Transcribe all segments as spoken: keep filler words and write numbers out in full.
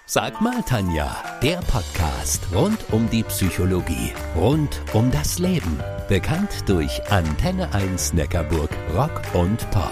Sag mal, Tanja, der Podcast rund um die Psychologie, rund um das Leben. Bekannt durch Antenne eins Neckarburg Rock und Pop.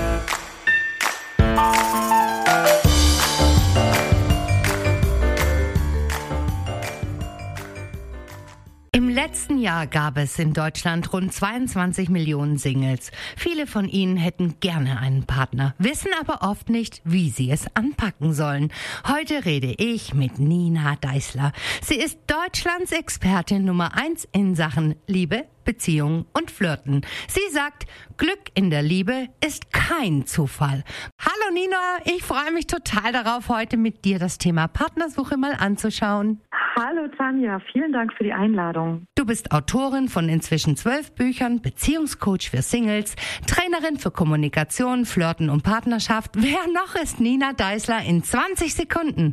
Im letzten Jahr gab es in Deutschland rund zweiundzwanzig Millionen Singles. Viele von ihnen hätten gerne einen Partner, wissen aber oft nicht, wie sie es anpacken sollen. Heute rede ich mit Nina Deißler. Sie ist Deutschlands Expertin Nummer eins in Sachen Liebe, Beziehungen und Flirten. Sie sagt, Glück in der Liebe ist kein Zufall. Hallo Nina, ich freue mich total darauf, heute mit dir das Thema Partnersuche mal anzuschauen. Hallo Tanja, vielen Dank für die Einladung. Du bist Autorin von inzwischen zwölf Büchern, Beziehungscoach für Singles, Trainerin für Kommunikation, Flirten und Partnerschaft. Wer noch ist Nina Deißler in zwanzig Sekunden?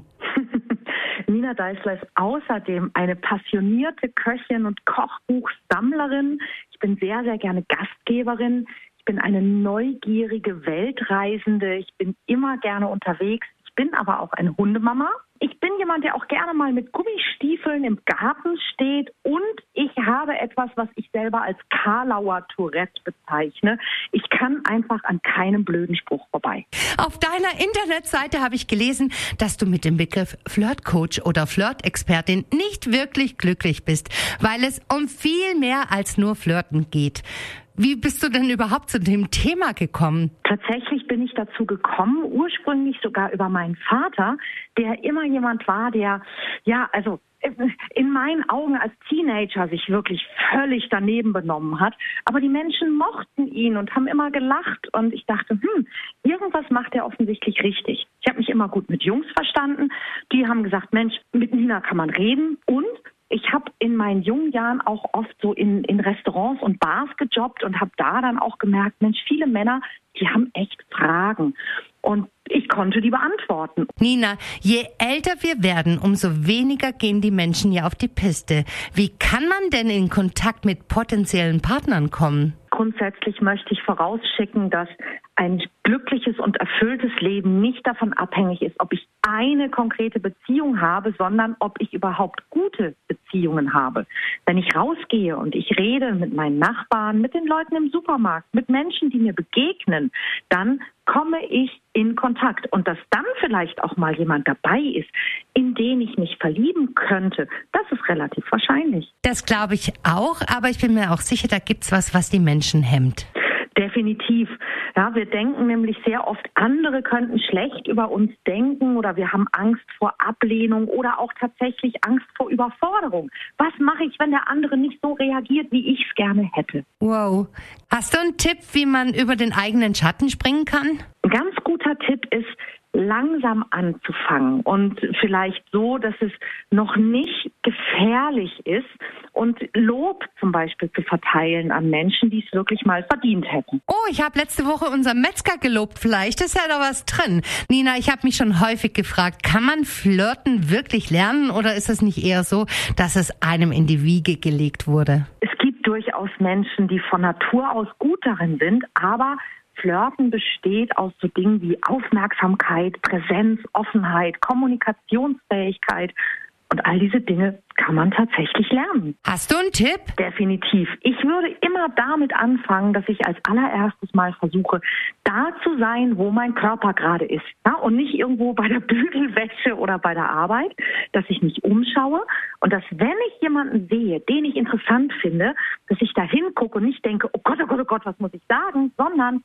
Nina Deißler ist außerdem eine passionierte Köchin und Kochbuchsammlerin. Ich bin sehr, sehr gerne Gastgeberin. Ich bin eine neugierige Weltreisende. Ich bin immer gerne unterwegs. Ich bin aber auch eine Hundemama. Ich bin jemand, der auch gerne mal mit Gummistiefeln im Garten steht, und ich habe etwas, was ich selber als Karlauer Tourette bezeichne. Ich kann einfach an keinem blöden Spruch vorbei. Auf deiner Internetseite habe ich gelesen, dass du mit dem Begriff Flirtcoach oder Flirtexpertin nicht wirklich glücklich bist, weil es um viel mehr als nur Flirten geht. Wie bist du denn überhaupt zu dem Thema gekommen? Tatsächlich bin ich dazu gekommen, ursprünglich sogar über meinen Vater, der immer jemand war, der, ja, also in meinen Augen als Teenager sich wirklich völlig daneben benommen hat. Aber die Menschen mochten ihn und haben immer gelacht. Und ich dachte, hm, irgendwas macht er offensichtlich richtig. Ich habe mich immer gut mit Jungs verstanden. Die haben gesagt, Mensch, mit Nina kann man reden. Und ich habe in meinen jungen Jahren auch oft so in, in Restaurants und Bars gejobbt und habe da dann auch gemerkt, Mensch, viele Männer, die haben echt Fragen. Und ich konnte die beantworten. Nina, je älter wir werden, umso weniger gehen die Menschen ja auf die Piste. Wie kann man denn in Kontakt mit potenziellen Partnern kommen? Grundsätzlich möchte ich vorausschicken, dass ein glückliches und erfülltes Leben nicht davon abhängig ist, ob ich eine konkrete Beziehung habe, sondern ob ich überhaupt gute Beziehungen habe. Wenn ich rausgehe und ich rede mit meinen Nachbarn, mit den Leuten im Supermarkt, mit Menschen, die mir begegnen, dann komme ich in Kontakt. Und dass dann vielleicht auch mal jemand dabei ist, in den ich mich verlieben könnte, das ist relativ wahrscheinlich. Das glaube ich auch, aber ich bin mir auch sicher, da gibt's was, was die Menschen hemmt. Definitiv. Ja, wir denken nämlich sehr oft, andere könnten schlecht über uns denken, oder wir haben Angst vor Ablehnung oder auch tatsächlich Angst vor Überforderung. Was mache ich, wenn der andere nicht so reagiert, wie ich es gerne hätte? Wow. Hast du einen Tipp, wie man über den eigenen Schatten springen kann? Ein ganz guter Tipp ist, langsam anzufangen und vielleicht so, dass es noch nicht gefährlich ist, und Lob zum Beispiel zu verteilen an Menschen, die es wirklich mal verdient hätten. Oh, ich habe letzte Woche unseren Metzger gelobt. Vielleicht ist ja da was drin. Nina, ich habe mich schon häufig gefragt, kann man Flirten wirklich lernen, oder ist es nicht eher so, dass es einem in die Wiege gelegt wurde? Es gibt durchaus Menschen, die von Natur aus gut darin sind, aber Flirten besteht aus so Dingen wie Aufmerksamkeit, Präsenz, Offenheit, Kommunikationsfähigkeit. Und all diese Dinge kann man tatsächlich lernen. Hast du einen Tipp? Definitiv. Ich würde immer damit anfangen, dass ich als allererstes mal versuche, da zu sein, wo mein Körper gerade ist. Ja? Und nicht irgendwo bei der Bügelwäsche oder bei der Arbeit, dass ich mich umschaue und dass, wenn ich jemanden sehe, den ich interessant finde, dass ich da hingucke und nicht denke, oh Gott, oh Gott, oh Gott, was muss ich sagen, sondern,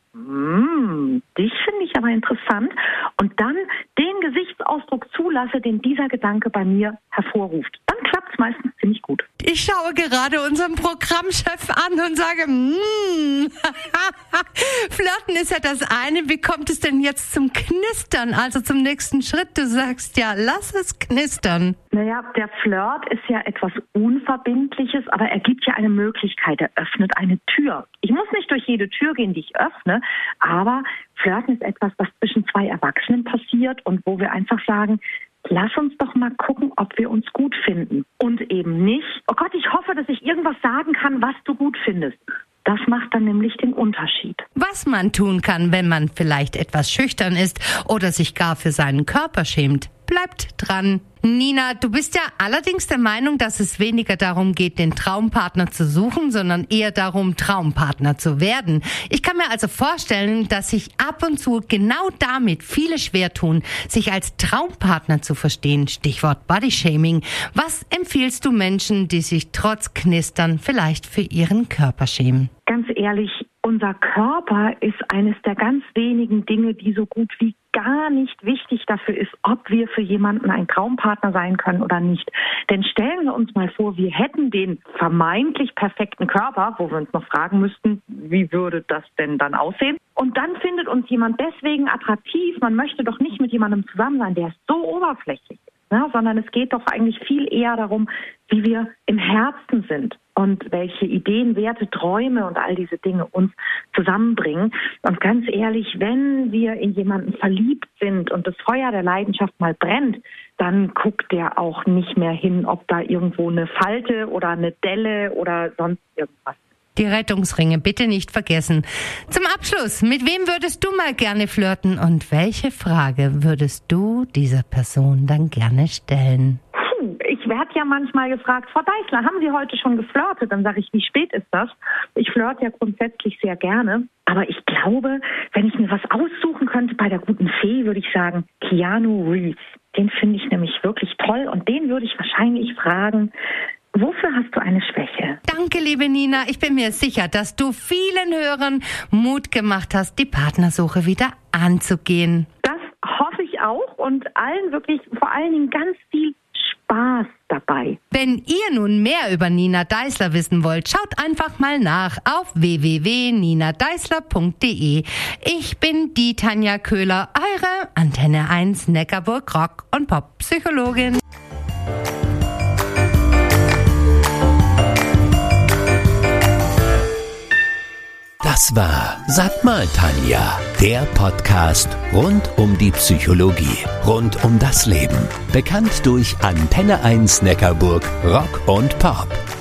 mm, dich finde ich aber interessant, und dann den Gesichtsausdruck zulasse, den dieser Gedanke bei mir hervorruft. Dann klappt es meistens ziemlich gut. Ich schaue gerade unseren Programmchef an und sage, mm. Flirten ist ja das eine. Wie kommt es denn jetzt zum Knistern, also zum nächsten Schritt? Du sagst ja, lass es knistern. Naja, der Flirt ist ja etwas Unverbindliches, aber er gibt ja eine Möglichkeit, er öffnet eine Tür. Ich muss nicht durch jede Tür gehen, die ich öffne, aber Flirten ist etwas, was zwischen zwei Erwachsenen passiert und wo wir einfach sagen, lass uns doch mal gucken, ob wir uns gut finden. Und eben nicht, oh Gott, ich hoffe, dass ich irgendwas sagen kann, was du gut findest. Das macht dann nämlich den Unterschied. Was man tun kann, wenn man vielleicht etwas schüchtern ist oder sich gar für seinen Körper schämt. bleibt dran. Nina, du bist ja allerdings der Meinung, dass es weniger darum geht, den Traumpartner zu suchen, sondern eher darum, Traumpartner zu werden. Ich kann mir also vorstellen, dass sich ab und zu genau damit viele schwer tun, sich als Traumpartner zu verstehen. Stichwort Bodyshaming. Was empfiehlst du Menschen, die sich trotz Knistern vielleicht für ihren Körper schämen? Ganz ehrlich, unser Körper ist eines der ganz wenigen Dinge, die so gut wie gar nicht wichtig dafür ist, ob wir für jemanden ein Traumpartner sein können oder nicht. Denn stellen wir uns mal vor, wir hätten den vermeintlich perfekten Körper, wo wir uns noch fragen müssten, wie würde das denn dann aussehen? Und dann findet uns jemand deswegen attraktiv. Man möchte doch nicht mit jemandem zusammen sein, der ist so oberflächlich ist, ne? Sondern es geht doch eigentlich viel eher darum, wie wir im Herzen sind und welche Ideen, Werte, Träume und all diese Dinge uns zusammenbringen. Und ganz ehrlich, wenn wir in jemanden verliebt sind und das Feuer der Leidenschaft mal brennt, dann guckt der auch nicht mehr hin, ob da irgendwo eine Falte oder eine Delle oder sonst irgendwas. Die Rettungsringe bitte nicht vergessen. Zum Abschluss, mit wem würdest du mal gerne flirten und welche Frage würdest du dieser Person dann gerne stellen? Ich werde ja manchmal gefragt, Frau Deißler, haben Sie heute schon geflirtet? Dann sage ich, wie spät ist das? Ich flirte ja grundsätzlich sehr gerne. Aber ich glaube, wenn ich mir was aussuchen könnte bei der guten Fee, würde ich sagen, Keanu Reeves. Den finde ich nämlich wirklich toll und den würde ich wahrscheinlich fragen, wofür hast du eine Schwäche? Danke, liebe Nina. Ich bin mir sicher, dass du vielen Hörern Mut gemacht hast, die Partnersuche wieder anzugehen. Das hoffe ich auch und allen wirklich vor allen Dingen ganz viel Spaß dabei. Wenn ihr nun mehr über Nina Deißler wissen wollt, schaut einfach mal nach auf w w w punkt nina deißler punkt d e. Ich bin die Tanja Köhler, eure Antenne eins Neckarburg Rock- und Pop-Psychologin. Das war Sag mal, Tanja, der Podcast rund um die Psychologie, rund um das Leben. Bekannt durch Antenne eins Neckarburg Rock und Pop.